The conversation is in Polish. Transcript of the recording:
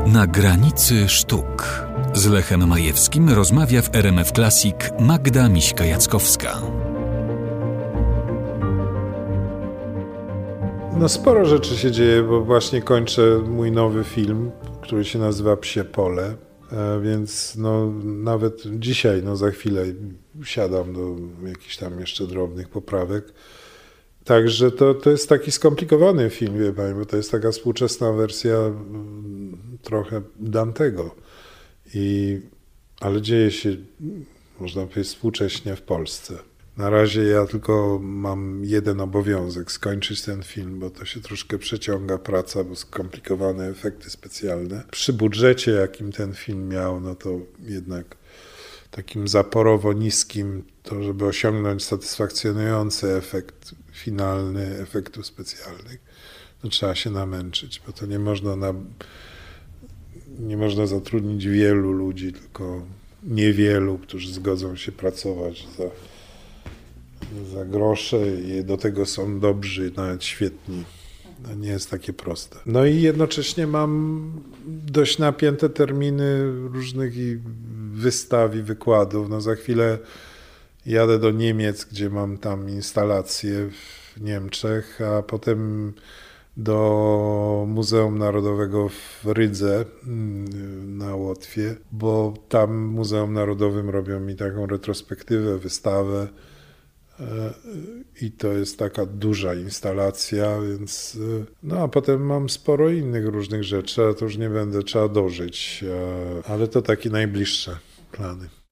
Na granicy sztuk. Z Lechem Majewskim rozmawia w RMF Classic Magda Miśka-Jackowska. No sporo rzeczy się dzieje, bo właśnie kończę mój nowy film, który się nazywa Psie Pole, więc no nawet dzisiaj, no za chwilę siadam do jakichś tam jeszcze drobnych poprawek. Także to jest taki skomplikowany film, wie pani, bo to jest taka współczesna wersja trochę Dantego. Ale dzieje się, można powiedzieć, współcześnie w Polsce. Na razie ja tylko mam jeden obowiązek, skończyć ten film, bo to się troszkę przeciąga praca, bo skomplikowane efekty specjalne. Przy budżecie, jakim ten film miał, no to jednak takim zaporowo niskim, to żeby osiągnąć satysfakcjonujący efekt finalny efektów specjalnych, to trzeba się namęczyć, bo to nie można zatrudnić wielu ludzi, tylko niewielu, którzy zgodzą się pracować za grosze i do tego są dobrzy, nawet świetni. To nie jest takie proste. No i jednocześnie mam dość napięte terminy różnych wystaw i wykładów. No za chwilę jadę do Niemiec, gdzie mam tam instalację w Niemczech, a potem do Muzeum Narodowego w Rydze na Łotwie, bo tam w Muzeum Narodowym robią mi taką retrospektywę, wystawę i to jest taka duża instalacja, więc no a potem mam sporo innych różnych rzeczy, ale to już nie będę, trzeba dożyć, ale to takie najbliższe plany.